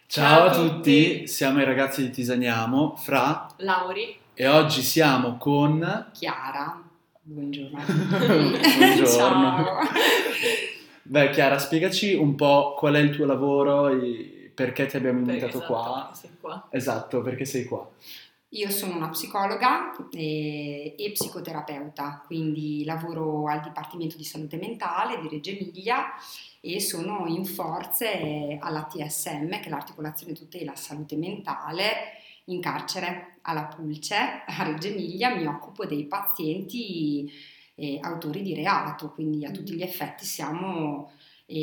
Ciao a tutti, siamo i ragazzi di Tisaniamo, Fra, Lauri, e oggi siamo con... Chiara, buongiorno. Buongiorno. Ciao. Beh, Chiara, spiegaci un po' qual è il tuo lavoro, perché ti abbiamo invitato qua. Perché sei qua. Esatto, perché sei qua. Io sono una psicologa e psicoterapeuta, quindi lavoro al Dipartimento di Salute Mentale di Reggio Emilia e sono in forze alla TSM, che è l'Articolazione Tutela Salute Mentale, in carcere alla Pulce, a Reggio Emilia. Mi occupo dei pazienti autori di reato, quindi a tutti gli effetti siamo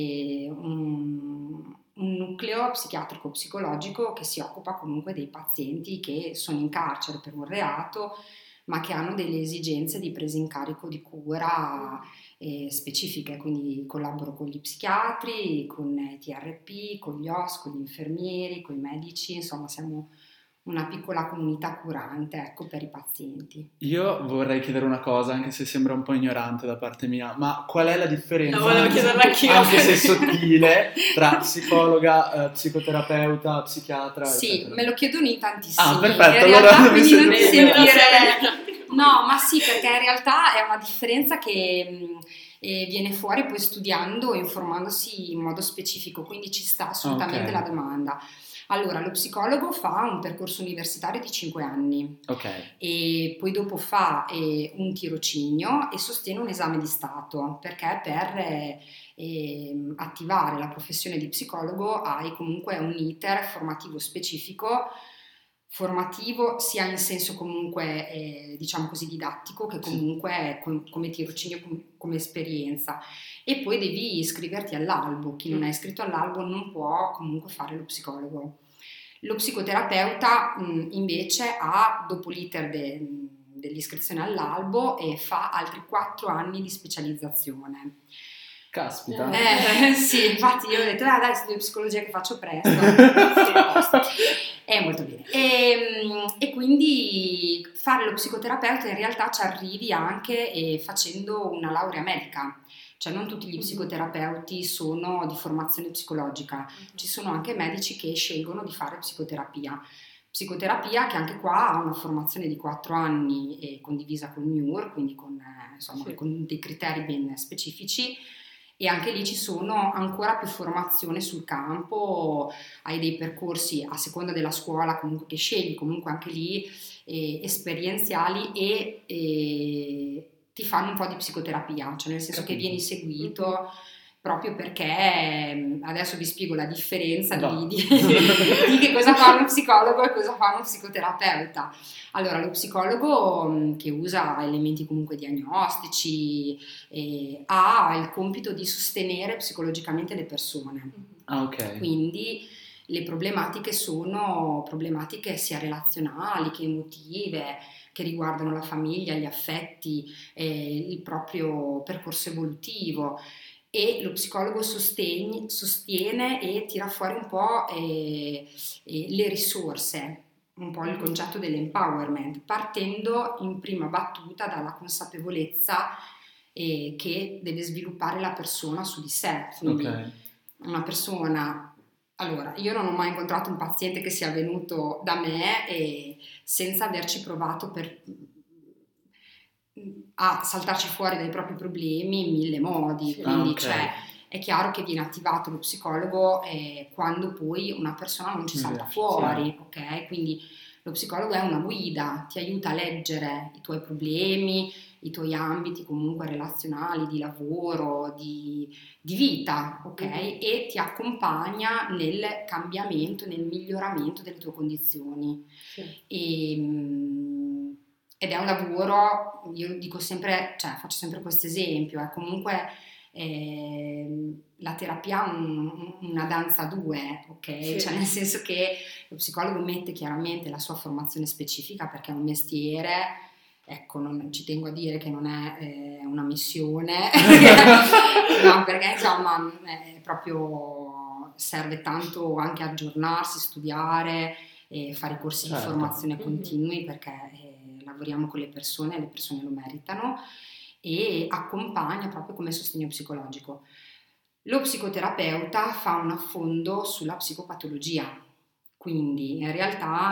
un nucleo psichiatrico-psicologico che si occupa comunque dei pazienti che sono in carcere per un reato, ma che hanno delle esigenze di presa in carico di cura specifiche, quindi collaboro con gli psichiatri, con i TRP, con gli OS, con gli infermieri, con i medici, insomma siamo una piccola comunità curante, ecco, per i pazienti. Io vorrei chiedere una cosa, anche se sembra un po' ignorante da parte mia, ma qual è la differenza, No, volevo chiederla anch'io. anche se sottile, tra psicologa, psicoterapeuta, psichiatra, Sì, eccetera? me lo chiedono in tantissimi. Ah, perfetto, In allora realtà, mi quindi non sento ti più sentire... No, ma sì, perché in realtà è una differenza che viene fuori poi studiando e informandosi in modo specifico, quindi ci sta assolutamente Ok. la domanda. Allora, lo psicologo fa un percorso universitario di 5 anni Ok, e poi dopo fa un tirocinio e sostiene un esame di Stato, perché per attivare la professione di psicologo hai comunque un iter formativo specifico, formativo sia in senso comunque diciamo così didattico che sì. comunque come tirocinio, come esperienza, e poi devi iscriverti all'albo. Chi non è iscritto all'albo non può comunque fare lo psicologo. Lo psicoterapeuta invece ha, dopo l'iter dell'iscrizione all'albo, e fa altri 4 anni di specializzazione. Caspita. Sì, infatti io ho detto, dai, studio psicologia che faccio presto. Sì, è molto bene. E quindi fare lo psicoterapeuta in realtà ci arrivi anche facendo una laurea medica. Cioè non tutti gli psicoterapeuti sono di formazione psicologica, ci sono anche medici che scelgono di fare psicoterapia. Psicoterapia che anche qua ha una formazione di 4 anni condivisa col MIUR, quindi insomma, Sì. con dei criteri ben specifici, e anche lì ci sono ancora più formazione sul campo, hai dei percorsi a seconda della scuola comunque che scegli, comunque anche lì esperienziali e ti fanno un po' di psicoterapia, cioè nel senso che Capito. vieni seguito proprio perché adesso vi spiego la differenza No. di che cosa fa uno psicologo e cosa fa uno psicoterapeuta. Allora, lo psicologo che usa elementi comunque diagnostici ha il compito di sostenere psicologicamente le persone. Ah, ok. Quindi le problematiche sono problematiche sia relazionali che emotive, che riguardano la famiglia, gli affetti, il proprio percorso evolutivo, e lo psicologo sostiene e tira fuori un po' le risorse, un po' il concetto dell'empowerment, partendo in prima battuta dalla consapevolezza che deve sviluppare la persona su di sé. Quindi Ok. una persona... Allora, io non ho mai incontrato un paziente che sia venuto da me senza averci provato a saltarci fuori dai propri problemi in 1000 modi, Sì. quindi Ah, ok. cioè, è chiaro che viene attivato lo psicologo quando poi una persona non ci salta fuori, ok? Quindi lo psicologo è una guida, ti aiuta a leggere i tuoi problemi, i tuoi ambiti comunque relazionali, di lavoro, di vita, ok? E ti accompagna nel cambiamento, nel miglioramento delle tue condizioni. Ed è un lavoro, io dico sempre, cioè faccio sempre questo esempio, è comunque la terapia è una danza a due, ok? Sì. Cioè nel senso che lo psicologo mette chiaramente la sua formazione specifica perché è un mestiere. Ecco, ci tengo a dire che non è una missione, no, perché insomma è proprio serve tanto anche aggiornarsi, studiare e fare i corsi di formazione continui perché lavoriamo con le persone lo meritano, e accompagna proprio come sostegno psicologico. Lo psicoterapeuta fa un affondo sulla psicopatologia, Quindi in realtà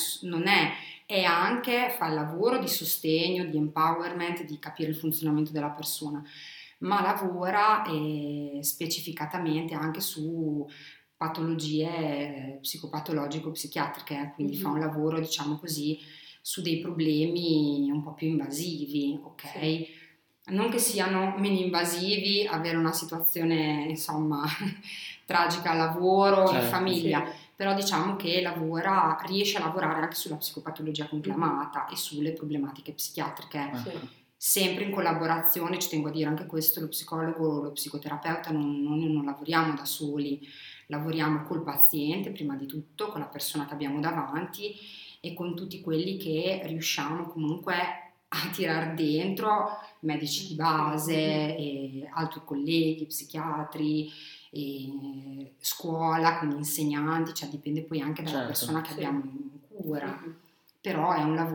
è anche fa il lavoro di sostegno, di empowerment, di capire il funzionamento della persona, ma lavora specificatamente anche su patologie psicopatologico-psichiatriche, quindi fa un lavoro, diciamo così, su dei problemi un po' più invasivi, ok? Sì. Non che siano meno invasivi avere una situazione, insomma, tragica al lavoro, in famiglia, sì. Però diciamo che riesce a lavorare anche sulla psicopatologia conclamata e sulle problematiche psichiatriche. Sì. Sempre in collaborazione, ci tengo a dire anche questo, lo psicologo, lo psicoterapeuta non lavoriamo da soli, lavoriamo col paziente prima di tutto, con la persona che abbiamo davanti e con tutti quelli che riusciamo comunque a tirar dentro, medici di base, e altri colleghi, psichiatri, e scuola, quindi insegnanti, cioè dipende poi anche dalla persona che abbiamo in cura, però è un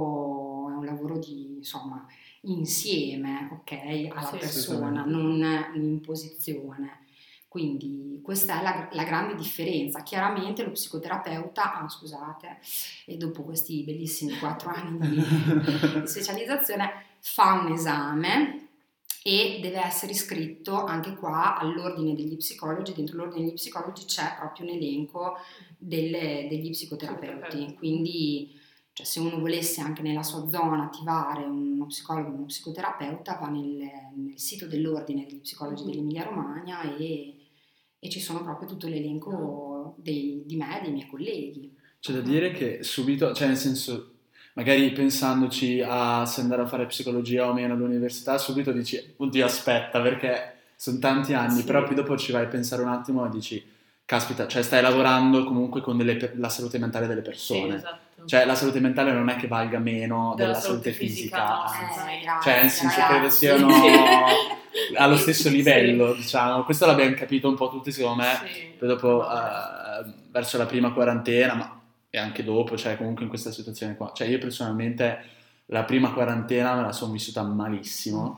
lavoro di, insomma, insieme, ok, alla persona, non un'imposizione. Quindi questa è la grande differenza. Chiaramente lo psicoterapeuta, scusate, e dopo questi bellissimi 4 anni di specializzazione fa un esame e deve essere iscritto anche qua all'ordine degli psicologi. Dentro l'ordine degli psicologi c'è proprio un elenco degli psicoterapeuti, quindi cioè, se uno volesse anche nella sua zona attivare uno psicologo, uno psicoterapeuta, va nel sito dell'ordine degli psicologi dell'Emilia Romagna e ci sono proprio tutto l'elenco di me e dei miei colleghi. C'è da dire che subito, cioè nel senso, magari pensandoci a se andare a fare psicologia o meno all'università, subito dici, oddio aspetta, perché sono tanti anni, però poi dopo ci vai a pensare un attimo e dici, caspita, cioè stai lavorando comunque con la salute mentale delle persone. Sì, esatto. Cioè la salute mentale non è che valga meno della salute fisica. Cioè nel senso credo siano allo stesso livello, diciamo. Questo l'abbiamo capito un po' tutti secondo me, poi dopo verso la prima quarantena, ma e anche dopo, cioè comunque in questa situazione qua. Cioè io personalmente la prima quarantena me la sono vissuta malissimo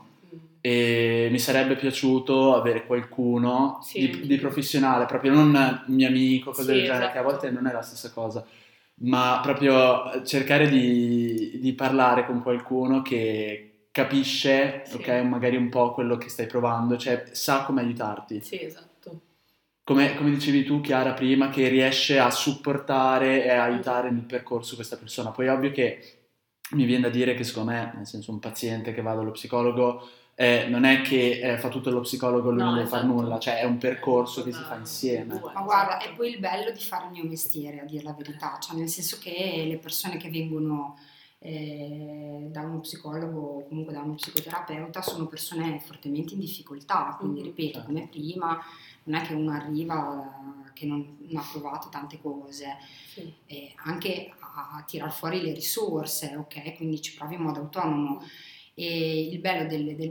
e mi sarebbe piaciuto avere qualcuno di professionale, proprio non un mio amico, cose del genere, che a volte non è la stessa cosa, ma proprio cercare di parlare con qualcuno che capisce, ok, magari un po' quello che stai provando, cioè sa come aiutarti. Sì, esatto. Come dicevi tu, Chiara, prima, che riesce a supportare e a aiutare nel percorso questa persona. Poi è ovvio che mi viene da dire che secondo me, nel senso un paziente che va dallo psicologo, non è che fa tutto lo psicologo, lui non deve fare nulla, cioè è un percorso che si fa insieme. Ma guarda, è poi il bello di fare il mio mestiere, a dire la verità, cioè nel senso che le persone che vengono da uno psicologo o comunque da uno psicoterapeuta sono persone fortemente in difficoltà, quindi ripeto, come prima, non è che uno arriva che non ha provato tante cose, anche a tirar fuori le risorse, ok? Quindi ci provi in modo autonomo. E il bello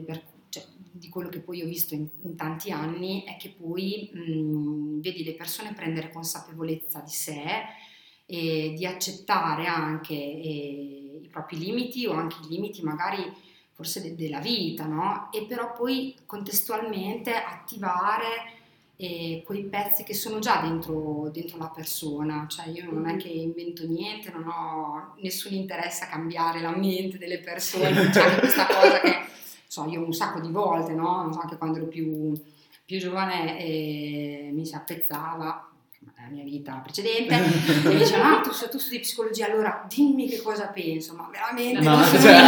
di quello che poi ho visto in tanti anni è che poi vedi le persone prendere consapevolezza di sé e di accettare anche i propri limiti o anche i limiti magari forse della vita, no? E però poi contestualmente attivare quei pezzi che sono già dentro la persona, cioè io non è che invento niente, non ho nessun interesse a cambiare la mente delle persone, c'è anche questa cosa che io un sacco di volte, no? Non so, anche quando ero più giovane mi si appezzava la mia vita precedente e mi diceva tu studi psicologia, allora dimmi che cosa penso, ma veramente non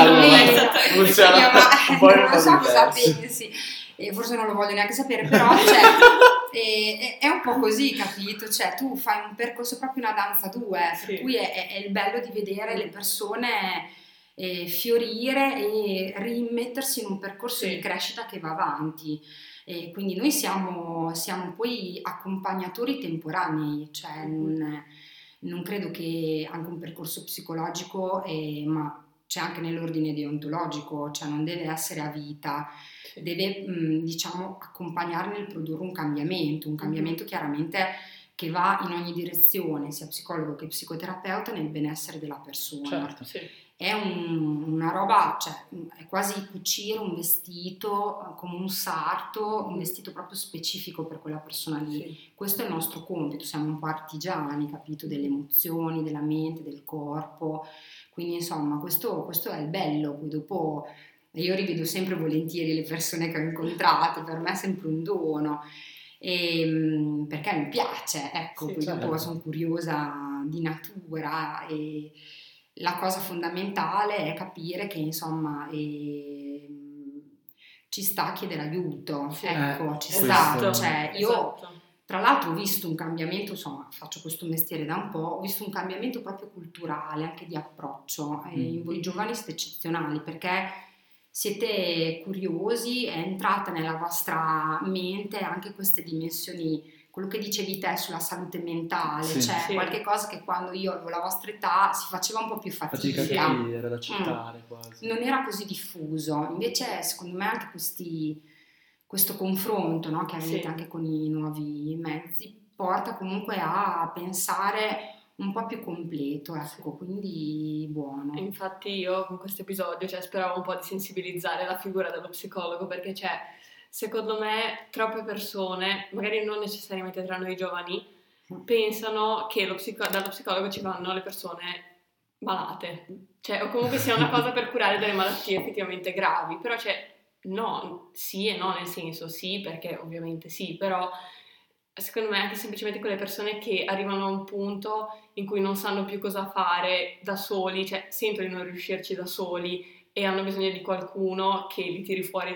so cosa pensi e forse non lo voglio neanche sapere, però è un po' così, capito? Cioè tu fai un percorso, proprio una danza a due, per cui è il bello di vedere le persone fiorire e rimettersi in un percorso di crescita che va avanti. E quindi noi siamo poi accompagnatori temporanei, cioè non credo che anche un percorso psicologico, ma c'è anche nell'ordine deontologico, cioè non deve essere a vita, deve diciamo accompagnare nel produrre un cambiamento chiaramente che va in ogni direzione, sia psicologo che psicoterapeuta, nel benessere della persona. Certo. è una roba, cioè è quasi cucire un vestito come un sarto, un vestito proprio specifico per quella persona lì. Sì. Questo è il nostro compito, siamo un po' artigiani, capito, delle emozioni, della mente, del corpo, quindi insomma questo è il bello. Poi dopo io rivedo sempre volentieri le persone che ho incontrato, per me è sempre un dono. Perché mi piace, ecco, Sì, poi certo. dopo sono curiosa di natura e la cosa fondamentale è capire che insomma ci sta a chiedere aiuto, Sì. ecco, ci sta, Esatto, cioè io esatto. tra l'altro ho visto un cambiamento, insomma faccio questo mestiere da un po', ho visto un cambiamento proprio culturale, anche di approccio, in voi giovani siete eccezionali perché siete curiosi, è entrata nella vostra mente anche queste dimensioni, quello che dicevi te sulla salute mentale, Sì. cioè Sì. qualche cosa che quando io avevo la vostra età si faceva un po' più Fatica a fatica, capire, ad accettare quasi. non era così diffuso, invece secondo me anche questo confronto, no, che avete Sì. anche con i nuovi mezzi porta comunque a pensare un po' più completo, ecco, quindi buono. Infatti io con questo episodio speravo un po' di sensibilizzare la figura dello psicologo, perché secondo me troppe persone, magari non necessariamente tra noi giovani, pensano che dallo psicologo ci vanno le persone malate, o comunque sia una cosa per curare delle malattie effettivamente gravi, però no, sì e no, nel senso sì, perché ovviamente sì, però secondo me anche semplicemente quelle persone che arrivano a un punto in cui non sanno più cosa fare da soli, sentono di non riuscirci da soli e hanno bisogno di qualcuno che li tiri fuori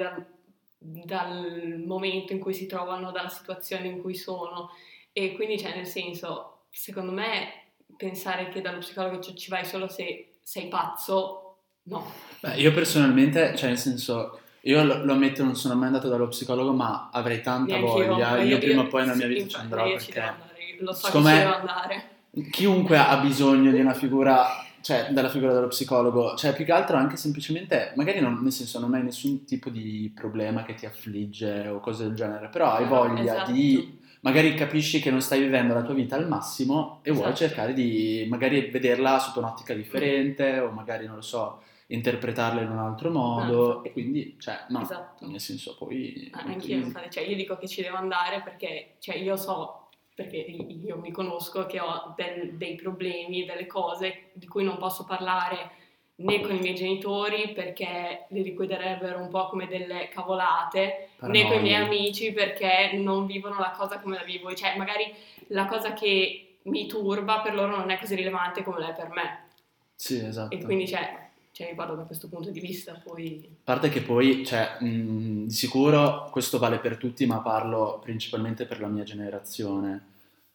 dal momento in cui si trovano, dalla situazione in cui sono. E quindi nel senso, secondo me pensare che dallo psicologo ci vai solo se sei pazzo, no. Beh, io personalmente, nel senso, io lo ammetto, non sono mai andato dallo psicologo, ma avrei tanta Neanch'io, voglia. Io prima o poi nella mia vita ci infatti, andrò io ci devo perché andare, lo so che secondo ci me devo andare. chiunque ha bisogno di una figura, della figura dello psicologo, più che altro anche semplicemente, magari non, nel senso non hai nessun tipo di problema che ti affligge o cose del genere, però hai voglia esatto. di, magari capisci che non stai vivendo la tua vita al massimo e vuoi Esatto. cercare di magari vederla sotto un'ottica differente o magari, non lo so, interpretarla in un altro modo infatti. e quindi, no, Esatto. nel senso poi... Anch'io, infatti, io dico che ci devo andare perché io so, perché io mi conosco che ho dei problemi, delle cose di cui non posso parlare né con i miei genitori perché li ricorderebbero un po' come delle cavolate, né con i miei amici perché non vivono la cosa come la vivo, magari la cosa che mi turba per loro non è così rilevante come lo è per me. Sì, esatto. E quindi mi parlo da questo punto di vista, poi... A parte che poi, di sicuro questo vale per tutti, ma parlo principalmente per la mia generazione.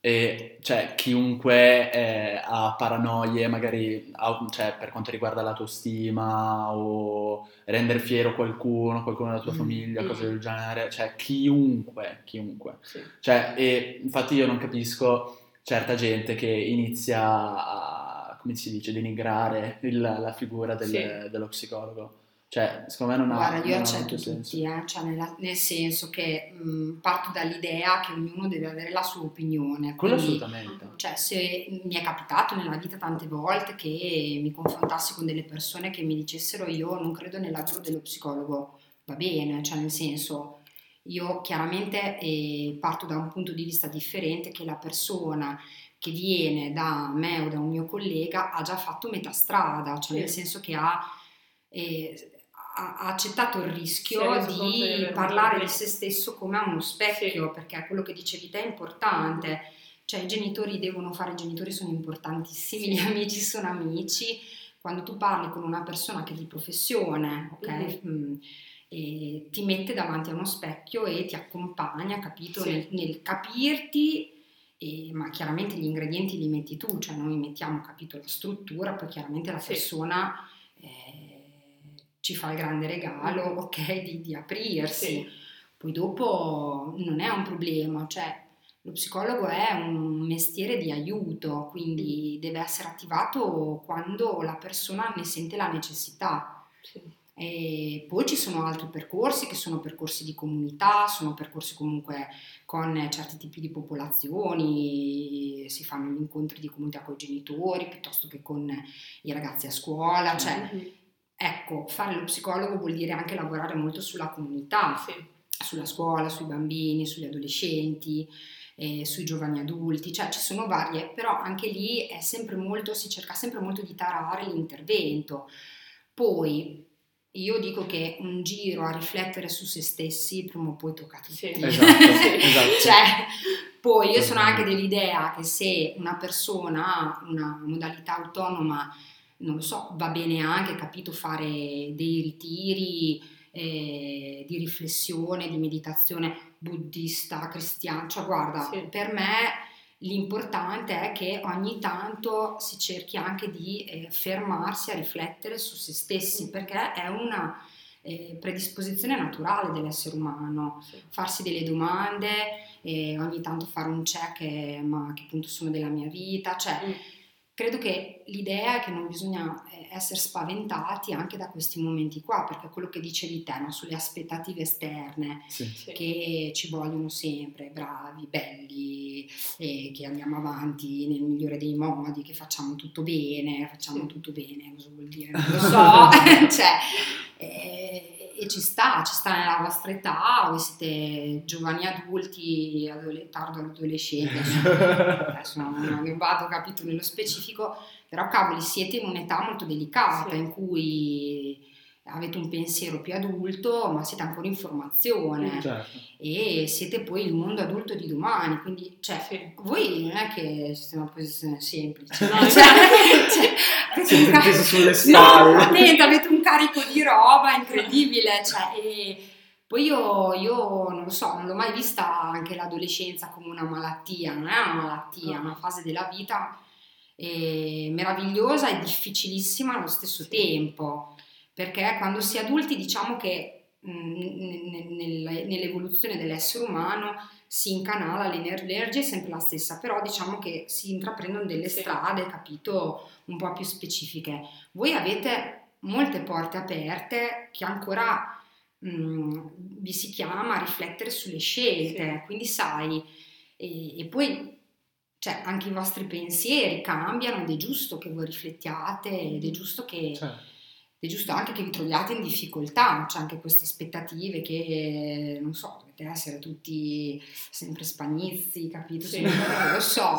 E chiunque ha paranoie, magari per quanto riguarda l'autostima o rendere fiero qualcuno della tua famiglia, cose del genere, chiunque. Sì. E infatti io non capisco certa gente che inizia a, come si dice, denigrare la figura dello psicologo. Secondo me non ha... Guarda, io non ha accetto molto senso. tutti, nel senso che parto dall'idea che ognuno deve avere la sua opinione. Quello Quindi, assolutamente. Se mi è capitato nella vita tante volte che mi confrontassi con delle persone che mi dicessero io non credo nel lavoro dello psicologo, va bene, nel senso, io chiaramente parto da un punto di vista differente, che la persona che viene da me o da un mio collega ha già fatto metà strada, nel senso che ha accettato il rischio di parlare di se stesso come a uno specchio, perché quello che dicevi te è importante, i genitori devono fare, i genitori sono importantissimi, gli amici sono amici, quando tu parli con una persona che è di professione, ok? E ti mette davanti a uno specchio e ti accompagna, capito, nel capirti, ma chiaramente gli ingredienti li metti tu, noi mettiamo, capito, la struttura, poi chiaramente la persona ci fa il grande regalo, ok, di aprirsi. Poi dopo non è un problema, lo psicologo è un mestiere di aiuto, quindi deve essere attivato quando la persona ne sente la necessità. E poi ci sono altri percorsi che sono percorsi di comunità, sono percorsi comunque con certi tipi di popolazioni, si fanno gli incontri di comunità con i genitori piuttosto che con i ragazzi a scuola, cioè ecco, fare lo psicologo vuol dire anche lavorare molto sulla comunità, sulla scuola, sui bambini, sugli adolescenti, sui giovani adulti, cioè ci sono varie, però anche lì è sempre molto, si cerca sempre molto di tarare l'intervento. Poi io dico che un giro a riflettere su se stessi prima o poi tocca a tutti. Esatto. Cioè, poi io sono anche dell'idea che se una persona ha una modalità autonoma, non lo so, va bene anche, capito, fare dei ritiri di riflessione, di meditazione buddista, cristiana, cioè guarda, per me l'importante è che ogni tanto si cerchi anche di fermarsi a riflettere su se stessi, perché è una predisposizione naturale dell'essere umano, farsi delle domande, ogni tanto fare un check, ma a che punto sono della mia vita, cioè credo che l'idea è che non bisogna essere spaventati anche da questi momenti qua, perché quello che dicevi te, no? Sulle aspettative esterne, che ci vogliono sempre, bravi, belli, che andiamo avanti nel migliore dei modi, che facciamo tutto bene, cosa vuol dire? Non lo so, cioè, e ci sta nella vostra età, voi siete giovani adulti, tardo adolescenti, adesso non vado capito nello specifico, però cavoli, siete in un'età molto delicata in cui avete un pensiero più adulto, ma siete ancora in formazione e siete poi il mondo adulto di domani, quindi cioè, voi non è che siete in una posizione semplice, no? Siete presi sulle spalle. No, avete un carico di roba incredibile, cioè, e poi io non lo so, non l'ho mai vista anche l'adolescenza come una malattia, non è una malattia, è una fase della vita meravigliosa e difficilissima allo stesso tempo, perché quando si è adulti diciamo che nell'evoluzione dell'essere umano si incanala, l'energia è sempre la stessa, però diciamo che si intraprendono delle strade, capito, un po' più specifiche. Voi avete molte porte aperte che ancora vi si chiama a riflettere sulle scelte, quindi sai, e poi cioè, anche i vostri pensieri cambiano ed è giusto che voi riflettiate ed è giusto che... È giusto anche che vi troviate in difficoltà, c'è anche queste aspettative che, non so, dovete essere tutti sempre spagnizzi, capito? Non lo so,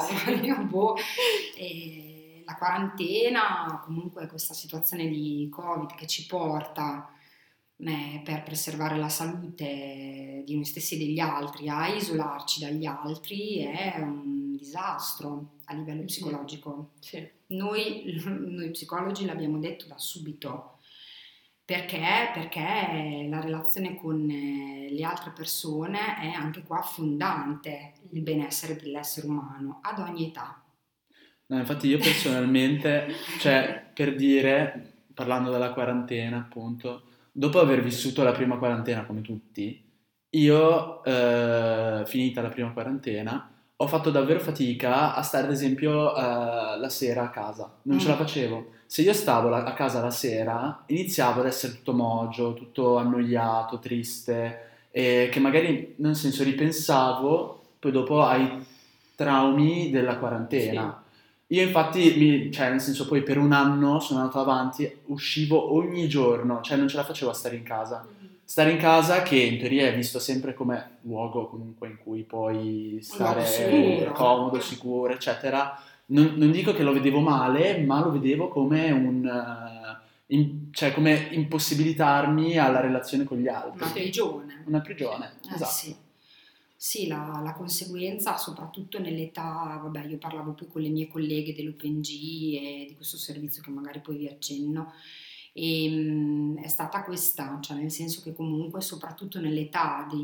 la quarantena, comunque questa situazione di Covid che ci porta per preservare la salute di noi stessi e degli altri a isolarci dagli altri è un disastro a livello psicologico. Noi psicologi l'abbiamo detto da subito, perché la relazione con le altre persone è anche qua fondante il benessere dell'essere umano ad ogni età. No, infatti io personalmente, cioè per dire, parlando della quarantena appunto, dopo aver vissuto la prima quarantena come tutti, io finita la prima quarantena ho fatto davvero fatica a stare ad esempio la sera a casa, non ce la facevo. Se io stavo a casa la sera iniziavo ad essere tutto mogio, tutto annoiato, triste, e che magari nel senso ripensavo poi dopo ai traumi della quarantena. Io infatti, cioè nel senso poi per un anno sono andato avanti, uscivo ogni giorno, cioè non ce la facevo a stare in casa. Stare in casa, che in teoria è visto sempre come luogo comunque in cui puoi stare comodo, sicuro, eccetera. Non dico che lo vedevo male, ma lo vedevo come cioè come impossibilitarmi alla relazione con gli altri. Una prigione, esatto. Sì, la conseguenza, soprattutto nell'età, vabbè, io parlavo poi con le mie colleghe dell'OpenG e di questo servizio che magari poi vi accenno, e è stata questa, cioè nel senso che comunque soprattutto nell'età dei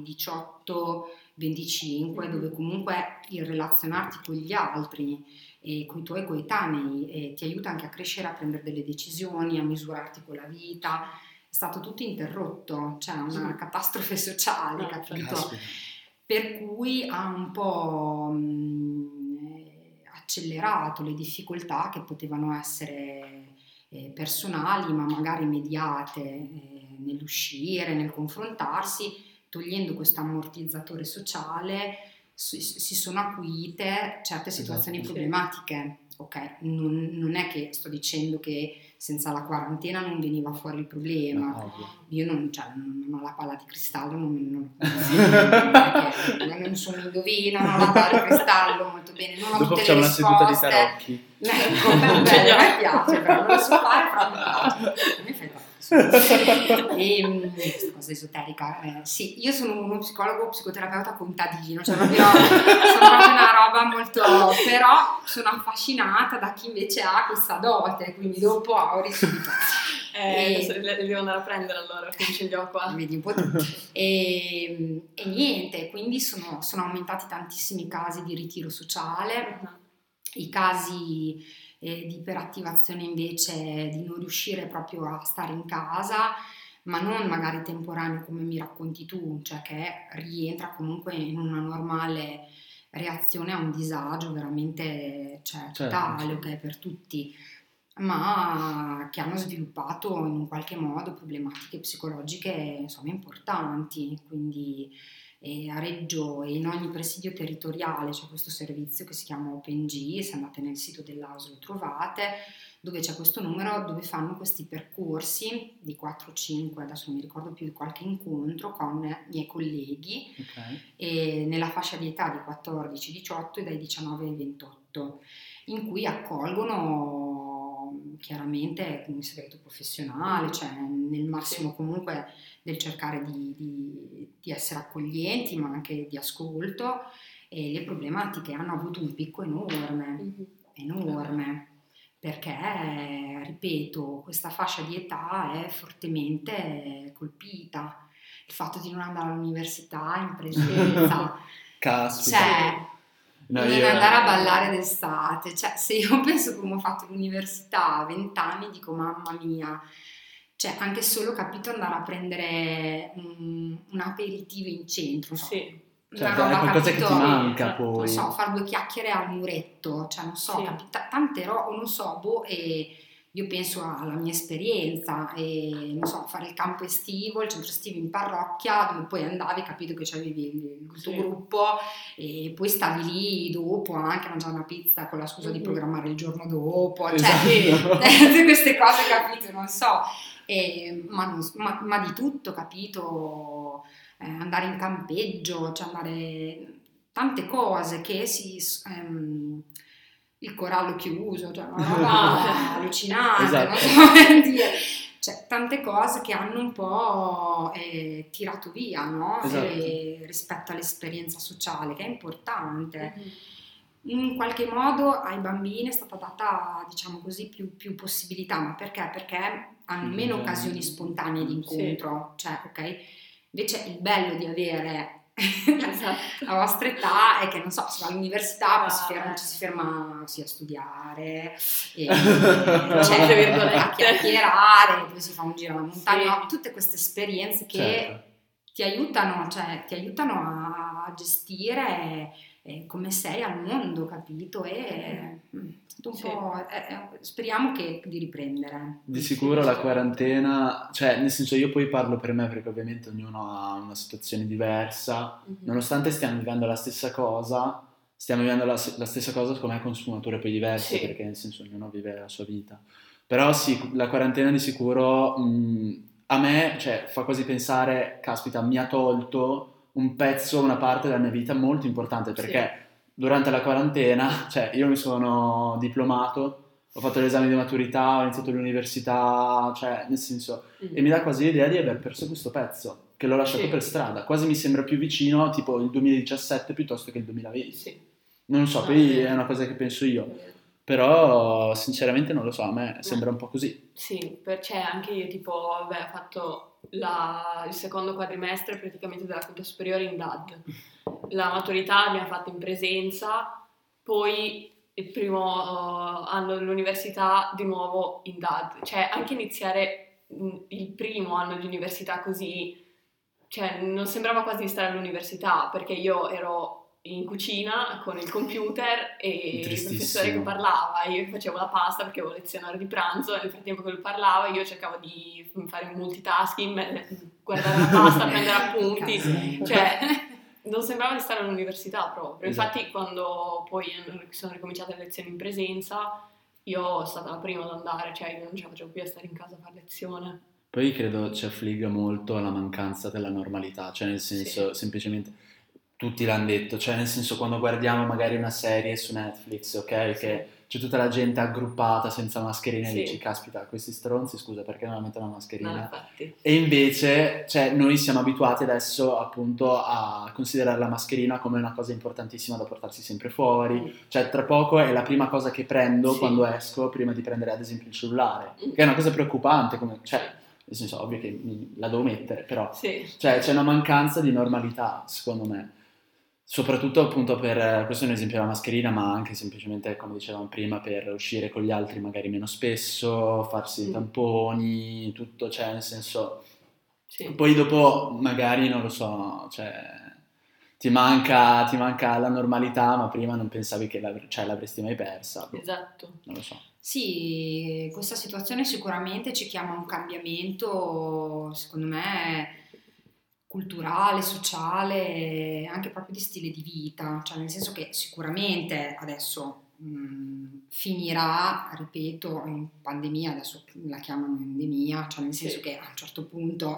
18-25, dove comunque il relazionarti con gli altri e con i tuoi coetanei ti aiuta anche a crescere, a prendere delle decisioni, a misurarti con la vita, è stato tutto interrotto, cioè una catastrofe sociale, capito? Caspita. Per cui ha un po' accelerato le difficoltà che potevano essere personali, ma magari immediate, nell'uscire, nel confrontarsi, togliendo questo ammortizzatore sociale, si sono acuite certe situazioni problematiche. Ok, non è che sto dicendo che senza la quarantena non veniva fuori il problema. Io non ho la palla di cristallo, non sono indovina, non ho la palla di cristallo molto bene, non ho dopo tutte le risposte. Dopo facciamo una seduta di tarocchi. Ecco, a me piace, però non lo so fare, però mi piace. Mi fai questa cosa esoterica. Sì, io sono uno psicoterapeuta contadino, cioè sono proprio una roba molto, però sono affascinata da chi invece ha questa dote, quindi dopo avrei subito. Devo andare a prendere allora, perché ce li ho qua. Vedi un po' tu. E niente, quindi sono aumentati tantissimi casi di ritiro sociale, i casi di iperattivazione invece di non riuscire proprio a stare in casa, ma non magari temporaneo come mi racconti tu, cioè che rientra comunque in una normale reazione a un disagio veramente totale, ok, per tutti, ma che hanno sviluppato in un qualche modo problematiche psicologiche insomma importanti. Quindi a Reggio e in ogni presidio territoriale c'è questo servizio che si chiama OpenG, se andate nel sito dell'ASL lo trovate, dove c'è questo numero dove fanno questi percorsi di 4-5, adesso non mi ricordo più, di qualche incontro con miei colleghi, e nella fascia di età di 14-18 e dai 19 ai 28, in cui accolgono chiaramente un segreto professionale, cioè nel massimo comunque del cercare di essere accoglienti, ma anche di ascolto, e le problematiche hanno avuto un picco enorme, perché, ripeto, questa fascia di età è fortemente colpita. Il fatto di non andare all'università in presenza, caspita. Non andare a ballare d'estate, cioè se io penso come ho fatto l'università a 20 anni dico mamma mia, cioè anche solo capito andare a prendere un aperitivo in centro, una roba, è qualcosa capito, che ti manca poi, non so, fare 2 chiacchiere al muretto, cioè non so, tante robe, non so, e io penso alla mia esperienza, e non so, fare il campo estivo, il centro estivo in parrocchia, dove poi andavi, capito che c'avevi il tuo gruppo, e poi stavi lì dopo anche a mangiare una pizza con la scusa di programmare il giorno dopo, cioè tutte queste cose, capito, non so, ma di tutto, capito, andare in campeggio, cioè andare, tante cose che il corallo chiuso, cioè una roba allucinante, non so come dire, cioè tante cose che hanno un po' tirato via, no? Rispetto all'esperienza sociale, che è importante. In qualche modo ai bambini è stata data, diciamo così, più possibilità, ma perché? Perché hanno meno occasioni spontanee di incontro, cioè, ok? Invece il bello di avere la vostra età è che, non so, si va all'università, poi ci si ferma a studiare, a chiacchierare, poi si fa un giro alla montagna, tutte queste esperienze che ti aiutano a gestire come sei al mondo, capito? E un po', speriamo di riprendere. Di sicuro la quarantena, cioè nel senso, io poi parlo per me perché ovviamente ognuno ha una situazione diversa, nonostante stiamo vivendo la stessa cosa, la stessa cosa come sfumature poi diverse, perché nel senso ognuno vive la sua vita. Però sì, la quarantena di sicuro a me, cioè, fa quasi pensare, caspita, mi ha tolto un pezzo, una parte della mia vita molto importante, perché durante la quarantena, cioè io mi sono diplomato, ho fatto l'esame di maturità, ho iniziato l'università, cioè nel senso, e mi dà quasi l'idea di aver perso questo pezzo, che l'ho lasciato per strada, quasi mi sembra più vicino tipo il 2017 piuttosto che il 2020. Non so, poi è una cosa che penso io, però sinceramente non lo so, a me sembra un po' così. Sì, perché anche io tipo, ho fatto il secondo quadrimestre praticamente della quinta superiore in DAD, la maturità l'abbiamo fatta in presenza, poi il primo anno dell'università di nuovo in DAD, cioè anche iniziare il primo anno di università così, cioè non sembrava quasi di stare all'università, perché io ero in cucina con il computer e il Tristissimo. professore che parlava, io facevo la pasta perché avevo lezione ora di pranzo, e nel frattempo che lui parlava io cercavo di fare multitasking, guardare la pasta, prendere appunti, cioè non sembrava di stare all'università proprio. Esatto. Infatti quando poi sono ricominciate le lezioni in presenza, io sono stata la prima ad andare, cioè io non ce la facevo più a stare in casa a fare lezione. Poi credo ci affligga molto la mancanza della normalità, cioè nel senso, semplicemente, tutti l'hanno detto, cioè nel senso quando guardiamo magari una serie su Netflix, ok, che c'è tutta la gente aggruppata senza mascherine e dici, caspita, questi stronzi, scusa, perché non mettono la mascherina? No, infatti. E invece, cioè, noi siamo abituati adesso appunto a considerare la mascherina come una cosa importantissima da portarsi sempre fuori, cioè tra poco è la prima cosa che prendo quando esco, prima di prendere ad esempio il cellulare, che è una cosa preoccupante, come, cioè, nel senso, ovvio che la devo mettere, però cioè, c'è una mancanza di normalità, secondo me. Soprattutto appunto questo è un esempio della mascherina, ma anche semplicemente, come dicevamo prima, per uscire con gli altri magari meno spesso, farsi i tamponi, tutto, cioè nel senso... Poi dopo magari, non lo so, cioè... Ti manca la normalità, ma prima non pensavi che l'avresti mai persa. Esatto. Non lo so. Sì, questa situazione sicuramente ci chiama a un cambiamento, secondo me, culturale, sociale, anche proprio di stile di vita, cioè nel senso che sicuramente adesso finirà, ripeto, in pandemia, adesso la chiamano endemia, cioè nel senso che a un certo punto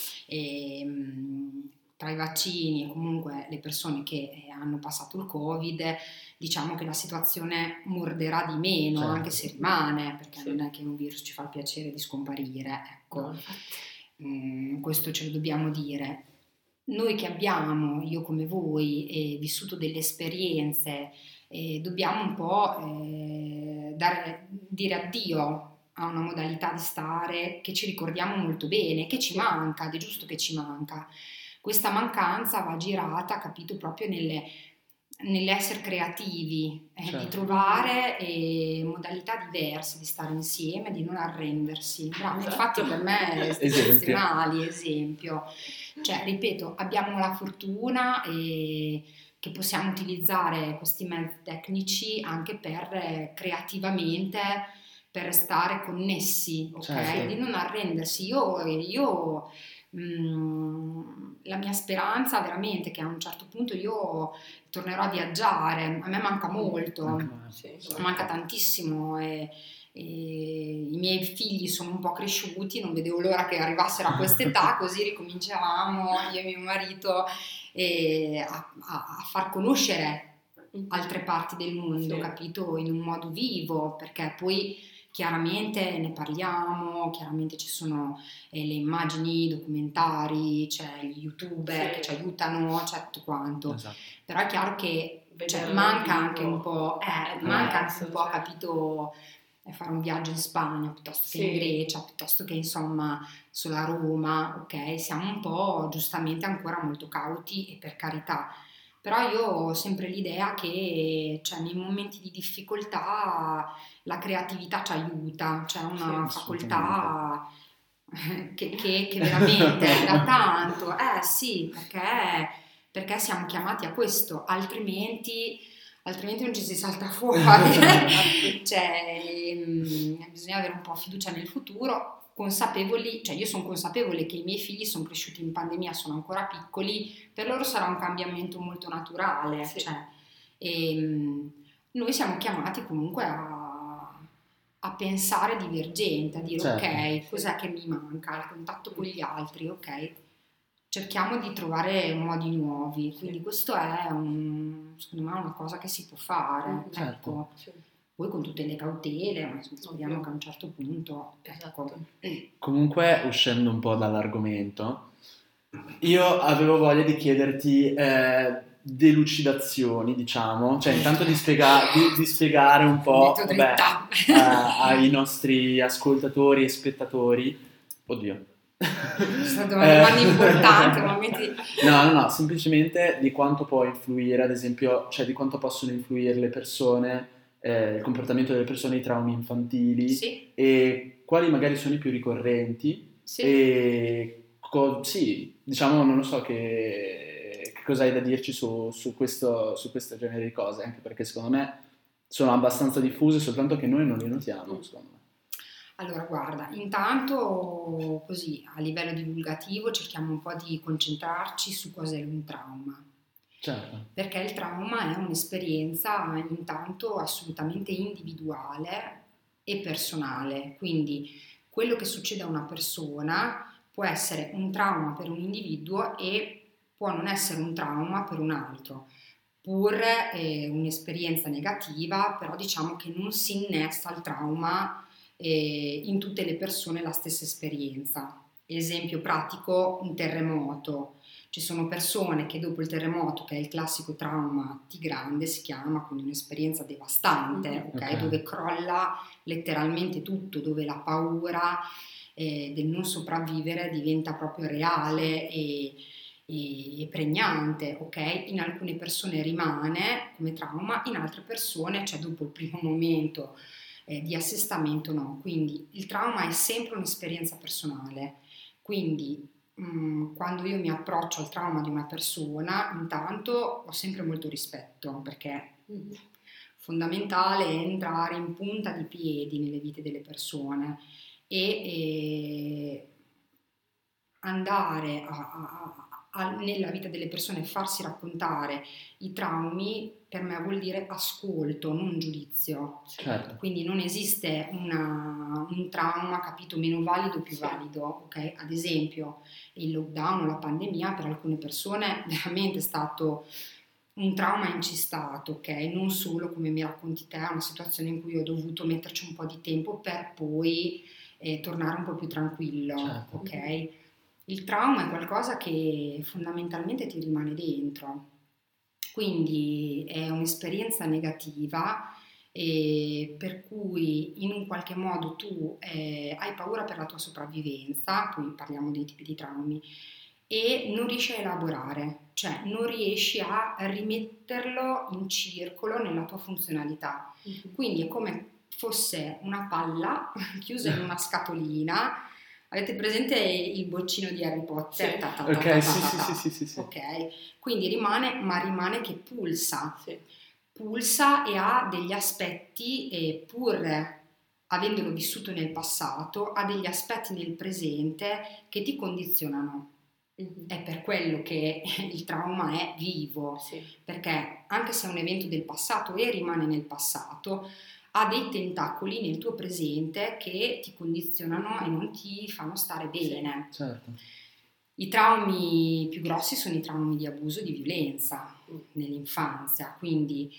tra i vaccini e comunque le persone che hanno passato il Covid, diciamo che la situazione morderà di meno, anche se rimane, perché non è che un virus ci fa il piacere di scomparire, ecco. Questo ce lo dobbiamo dire. Noi che abbiamo, io come voi, vissuto delle esperienze, dobbiamo un po' dire addio a una modalità di stare che ci ricordiamo molto bene, che ci manca, ed è giusto che ci manca. Questa mancanza va girata, capito, proprio nell'essere creativi, di trovare modalità diverse di stare insieme, di non arrendersi. Bravo, infatti per me eccezionali, esempio. Cioè, ripeto, abbiamo la fortuna che possiamo utilizzare questi mezzi tecnici anche per creativamente, per restare connessi, ok? Di non arrendersi. Io la mia speranza veramente che a un certo punto io tornerò a viaggiare, a me manca molto, manca tantissimo e i miei figli sono un po' cresciuti, non vedevo l'ora che arrivassero a quest'età, così ricominciavamo io e mio marito a far conoscere altre parti del mondo, capito, in un modo vivo, perché poi chiaramente ne parliamo, chiaramente ci sono le immagini, i documentari, c'è gli youtuber che ci aiutano, c'è tutto quanto, però è chiaro che manca anche un po', capito, fare un viaggio in Spagna piuttosto che in Grecia, piuttosto che insomma sulla Roma, ok? Siamo un po' giustamente ancora molto cauti e per carità, però io ho sempre l'idea che nei momenti di difficoltà la creatività ci aiuta, c'è una facoltà che veramente da tanto, sì, perché siamo chiamati a questo, altrimenti non ci si salta fuori, bisogna avere un po' fiducia nel futuro, consapevoli, io sono consapevole che i miei figli sono cresciuti in pandemia, sono ancora piccoli, per loro sarà un cambiamento molto naturale, noi siamo chiamati comunque a pensare divergente, a dire ok, cos'è che mi manca, il contatto con gli altri, ok, cerchiamo di trovare modi nuovi, quindi questo è secondo me una cosa che si può fare, ecco. Poi con tutte le cautele, ma speriamo che a un certo punto, ecco. Comunque, uscendo un po' dall'argomento, io avevo voglia di chiederti delucidazioni, diciamo, cioè intanto di spiegare un po' ai nostri ascoltatori e spettatori. Oddio. È stata una domanda importante, ma No, semplicemente di quanto può influire, ad esempio, cioè di quanto possono influire le persone, il comportamento delle persone, i traumi infantili, e quali magari sono i più ricorrenti, e diciamo, non lo so, che cosa hai da dirci su questo genere di cose, anche perché secondo me sono abbastanza diffuse, soltanto che noi non li notiamo, secondo me. Allora, guarda, intanto così a livello divulgativo cerchiamo un po' di concentrarci su cos'è un trauma. Certo. Perché il trauma è un'esperienza intanto assolutamente individuale e personale, quindi quello che succede a una persona può essere un trauma per un individuo e può non essere un trauma per un altro, pur un'esperienza negativa, però diciamo che non si innesta il trauma in tutte le persone la stessa esperienza. Esempio pratico, un terremoto. Ci sono persone che dopo il terremoto, che è il classico trauma T grande, si chiama, quindi un'esperienza devastante, okay? Dove crolla letteralmente tutto, dove la paura del non sopravvivere diventa proprio reale e pregnante, ok? In alcune persone rimane come trauma, in altre persone, cioè dopo il primo momento di assestamento no. Quindi il trauma è sempre un'esperienza personale, quindi quando io mi approccio al trauma di una persona, intanto ho sempre molto rispetto, perché fondamentale è entrare in punta di piedi nelle vite delle persone e andare nella vita delle persone, farsi raccontare i traumi, per me vuol dire ascolto, non giudizio. Certo. Quindi non esiste un trauma, capito, meno valido o più valido, ok? Ad esempio il lockdown o la pandemia per alcune persone veramente è stato un trauma incistato, ok? Non solo, come mi racconti te, una situazione in cui ho dovuto metterci un po' di tempo per poi tornare un po' più tranquillo, certo. ok? Il trauma è qualcosa che fondamentalmente ti rimane dentro, quindi è un'esperienza negativa per cui in un qualche modo tu hai paura per la tua sopravvivenza, poi parliamo dei tipi di traumi, e non riesci a elaborare, cioè non riesci a rimetterlo in circolo nella tua funzionalità. Quindi è come fosse una palla chiusa in una scatolina. Avete presente il boccino di Harry Potter? Sì. Ok, sì. Ok, quindi rimane che pulsa. Sì. Pulsa e ha degli aspetti, pur avendolo vissuto nel passato, ha degli aspetti nel presente che ti condizionano. È per quello che il trauma è vivo, perché anche se è un evento del passato e rimane nel passato, ha dei tentacoli nel tuo presente che ti condizionano e non ti fanno stare bene. Certo. I traumi più grossi sono i traumi di abuso e di violenza nell'infanzia, quindi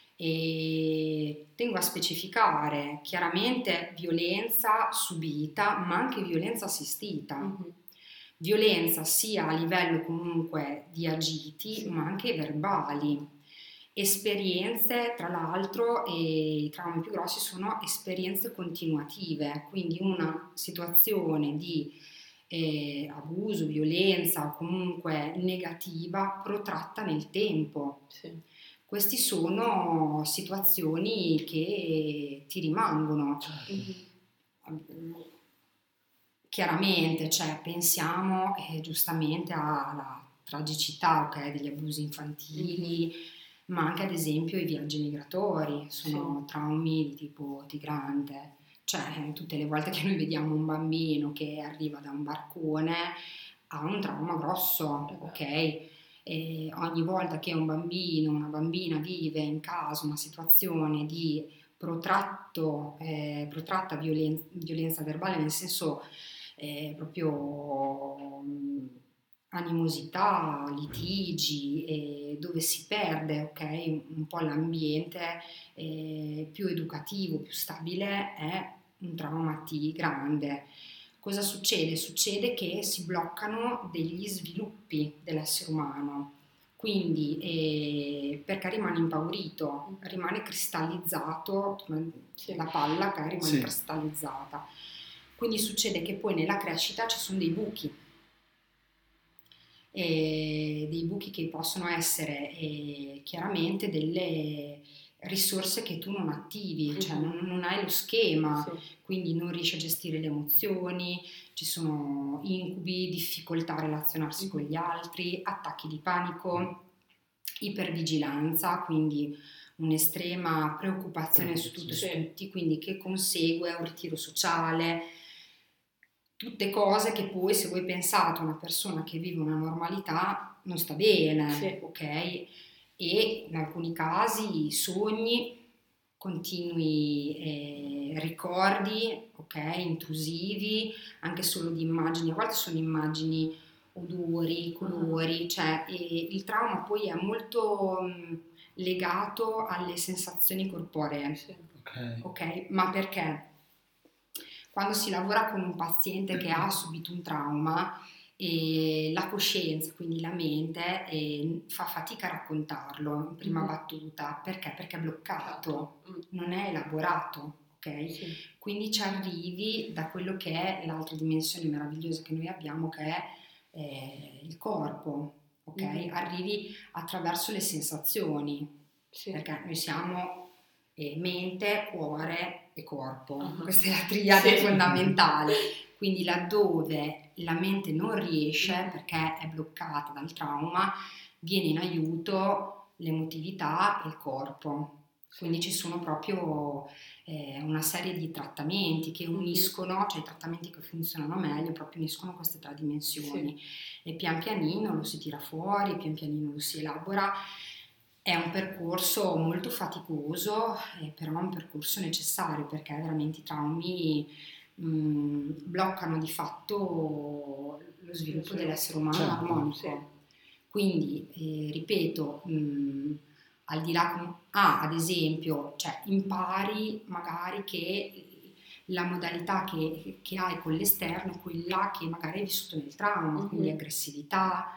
tengo a specificare chiaramente violenza subita, ma anche violenza assistita. Violenza sia a livello comunque di agiti, ma anche verbali. Esperienze, tra l'altro, i traumi più grossi sono esperienze continuative, quindi una situazione di abuso, violenza o comunque negativa protratta nel tempo. Queste sono situazioni che ti rimangono. Chiaramente, cioè, pensiamo giustamente alla tragicità, ok, degli abusi infantili, ma anche ad esempio i viaggi migratori sono traumi di tipo T grande, cioè tutte le volte che noi vediamo un bambino che arriva da un barcone ha un trauma grosso, ok? E ogni volta che un bambino, una bambina vive in casa una situazione di protratta violenza verbale, nel senso proprio animosità, litigi, dove si perde, ok, un po' l'ambiente più educativo, più stabile, è un trauma T grande. Cosa succede? Succede che si bloccano degli sviluppi dell'essere umano, quindi perché rimane impaurito, rimane cristallizzato, la palla che rimane cristallizzata. Quindi succede che poi nella crescita ci sono dei buchi che possono essere chiaramente delle risorse che tu non attivi, cioè non hai lo schema, quindi non riesci a gestire le emozioni, ci sono incubi, difficoltà a relazionarsi con gli altri, attacchi di panico, ipervigilanza, quindi un'estrema preoccupazione su tutto e su tutti, quindi che consegue un ritiro sociale, tutte cose che poi, se voi pensate a una persona che vive una normalità, non sta bene, ok? E in alcuni casi sogni, continui ricordi, ok? Intrusivi, anche solo di immagini, a volte sono immagini, odori, colori, cioè il trauma poi è molto legato alle sensazioni corporee, ok? Ma perché? Quando si lavora con un paziente che ha subito un trauma, la coscienza, quindi la mente, fa fatica a raccontarlo in prima battuta. Perché? Perché è bloccato, non è elaborato, ok? Quindi ci arrivi da quello che è l'altra dimensione meravigliosa che noi abbiamo, che è il corpo, ok? Arrivi attraverso le sensazioni, perché noi siamo mente, cuore e corpo, questa è la triade fondamentale. Quindi laddove la mente non riesce perché è bloccata dal trauma, viene in aiuto l'emotività e il corpo. Quindi ci sono proprio una serie di trattamenti che uniscono, cioè i trattamenti che funzionano meglio proprio uniscono queste tre dimensioni, e pian pianino lo si tira fuori, pian pianino lo si elabora. È un percorso molto faticoso, però è un percorso necessario, perché veramente i traumi bloccano di fatto lo sviluppo dell'essere umano armonico. Quindi, ripeto, al di là, ad esempio, cioè impari magari che la modalità che hai con l'esterno è quella che magari hai vissuto nel trauma, quindi aggressività,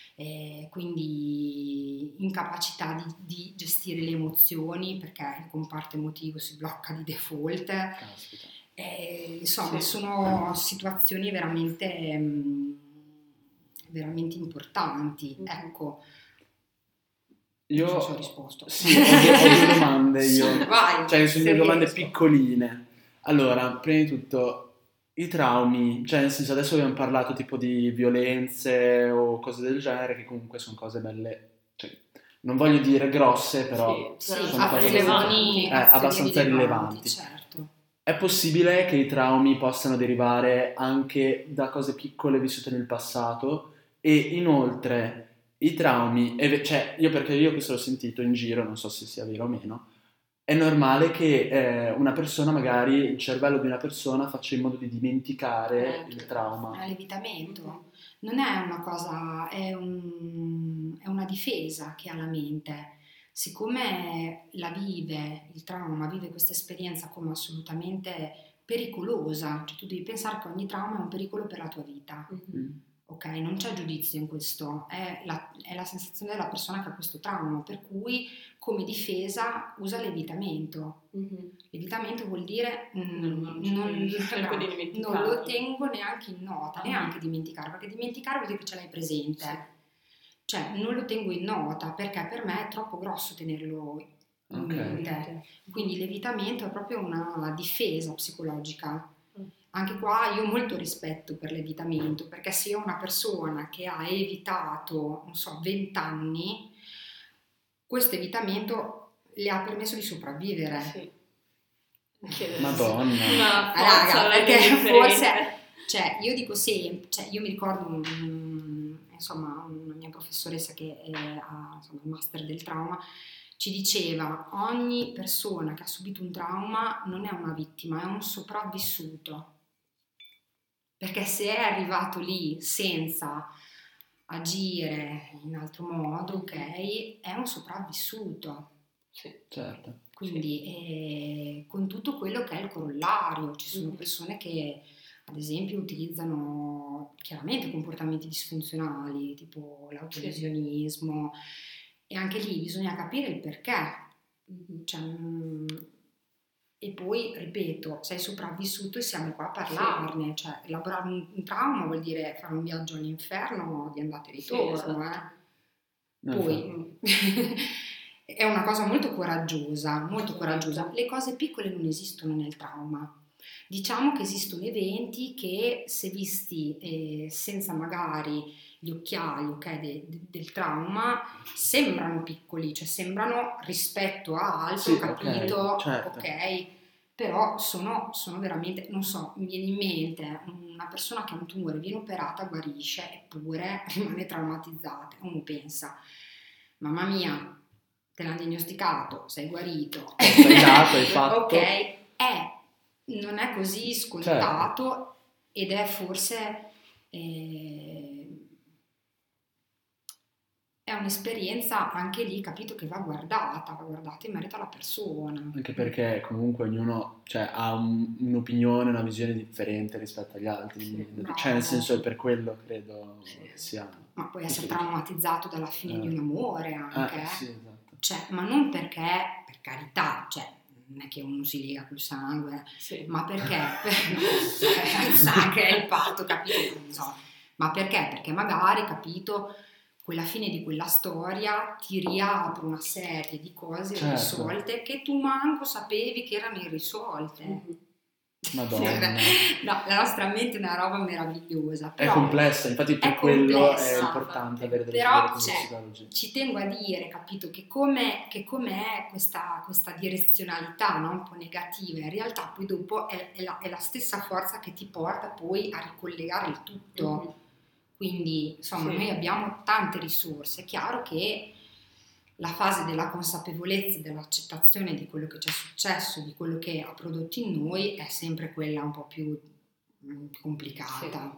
quindi incapacità di gestire le emozioni, perché il comparto emotivo si blocca di default. Insomma, sono situazioni veramente veramente importanti. Ecco, io non so se ho risposto. Sì, ho due domande io. Vai, cioè sono due domande piccoline. Allora, prima di tutto, i traumi, cioè nel senso, adesso abbiamo parlato tipo di violenze o cose del genere, che comunque sono cose belle, cioè, non voglio dire grosse, però sono cose abbastanza rilevanti. Certo. È possibile che i traumi possano derivare anche da cose piccole vissute nel passato, e inoltre i traumi, cioè io questo l'ho sentito in giro, non so se sia vero o meno, è normale che una persona, magari il cervello di una persona faccia in modo di dimenticare il trauma. È l'evitamento, non è una cosa, è una difesa che ha la mente. Siccome la vive, il trauma, vive questa esperienza come assolutamente pericolosa, cioè tu devi pensare che ogni trauma è un pericolo per la tua vita. Ok, non c'è giudizio in questo, è la sensazione della persona che ha questo trauma, per cui come difesa usa l'evitamento. L'evitamento vuol dire non lo tengo neanche in nota, neanche dimenticare, perché dimenticare vuol dire che ce l'hai presente. Cioè non lo tengo in nota perché per me è troppo grosso tenerlo in mente. Quindi l'evitamento è proprio una difesa psicologica. Anche qua io ho molto rispetto per l'evitamento, perché se io ho una persona che ha evitato, non so, 20 anni, questo evitamento le ha permesso di sopravvivere. Madonna. Raga, perché forse, cioè, io dico sempre, cioè, io mi ricordo insomma, una mia professoressa che ha il master del trauma, ci diceva: ogni persona che ha subito un trauma non è una vittima, è un sopravvissuto. Perché se è arrivato lì senza agire in altro modo, ok, è un sopravvissuto. Sì, certo. Quindi con tutto quello che è il corollario, ci sono persone che ad esempio utilizzano chiaramente comportamenti disfunzionali, tipo l'autolesionismo, e anche lì bisogna capire il perché. Cioè, e poi, ripeto, sei sopravvissuto e siamo qua a parlarne, cioè elaborare un trauma vuol dire fare un viaggio all'inferno di andata e ritorno, Poi è una cosa molto coraggiosa, molto coraggiosa. Le cose piccole non esistono nel trauma, Diciamo che esistono eventi che, se visti senza magari gli occhiali, ok, del trauma, sembrano piccoli, cioè sembrano rispetto a altro, Sì, capito? ok, certo. Ok, però sono veramente, non so, mi viene in mente una persona che ha un tumore, viene operata, guarisce, eppure rimane traumatizzata. Uno pensa, mamma mia, te l'hanno diagnosticato, sei guarito, Sei dato, hai fatto. ok, non è così scontato, ed è forse è un'esperienza anche lì, capito, che va guardata in merito alla persona. Anche perché comunque ognuno, cioè, ha un'opinione, una visione differente rispetto agli altri, cioè nel senso è per quello credo sia... Ma puoi essere traumatizzato dalla fine di un amore anche, sì, esatto. Cioè, ma non perché, per carità, cioè non è che uno si lega col sangue, ma perché il sangue è il patto, capito? Non so. Ma perché? Perché magari, capito, quella fine di quella storia ti riapre una serie di cose irrisolte che tu manco sapevi che erano irrisolte. Madonna. No, la nostra mente è una roba meravigliosa. Però è complessa, infatti per quello è importante avere delle figure come psicologi. Ci tengo a dire, capito, che come è questa direzionalità, no? Un po' negativa, in realtà poi dopo è la stessa forza che ti porta poi a ricollegare il tutto. Quindi insomma noi abbiamo tante risorse. È chiaro che la fase della consapevolezza, dell'accettazione di quello che ci è successo, di quello che ha prodotto in noi, è sempre quella un po' più complicata.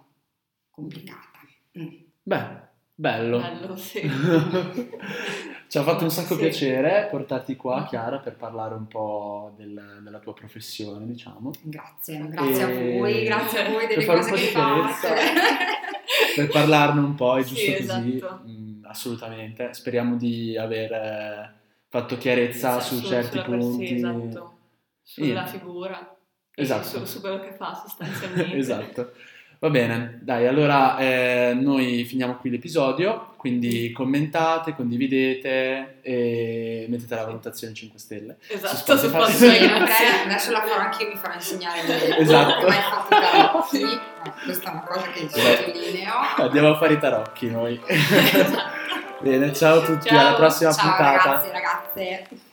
Beh, bello, sì. Ci ha fatto un sacco piacere portarti qua, Chiara, per parlare un po' della tua professione, diciamo. Grazie a voi delle cose che fate. Per parlarne un po', è giusto così, esatto. Assolutamente. Speriamo di aver fatto chiarezza su certi punti. Esatto, sulla figura, esatto. Su quello che fa sostanzialmente. Esatto. Va bene, dai, allora noi finiamo qui l'episodio, quindi commentate, condividete e mettete la valutazione 5 stelle. Esatto, su Spotify. Adesso la farò anch'io, mi farò insegnare esatto. come hai fatto i tarocchi. Questa è una cosa che sottolineo. Andiamo a fare i tarocchi noi. Bene, ciao a tutti, alla prossima puntata. Ciao ragazzi, ragazze.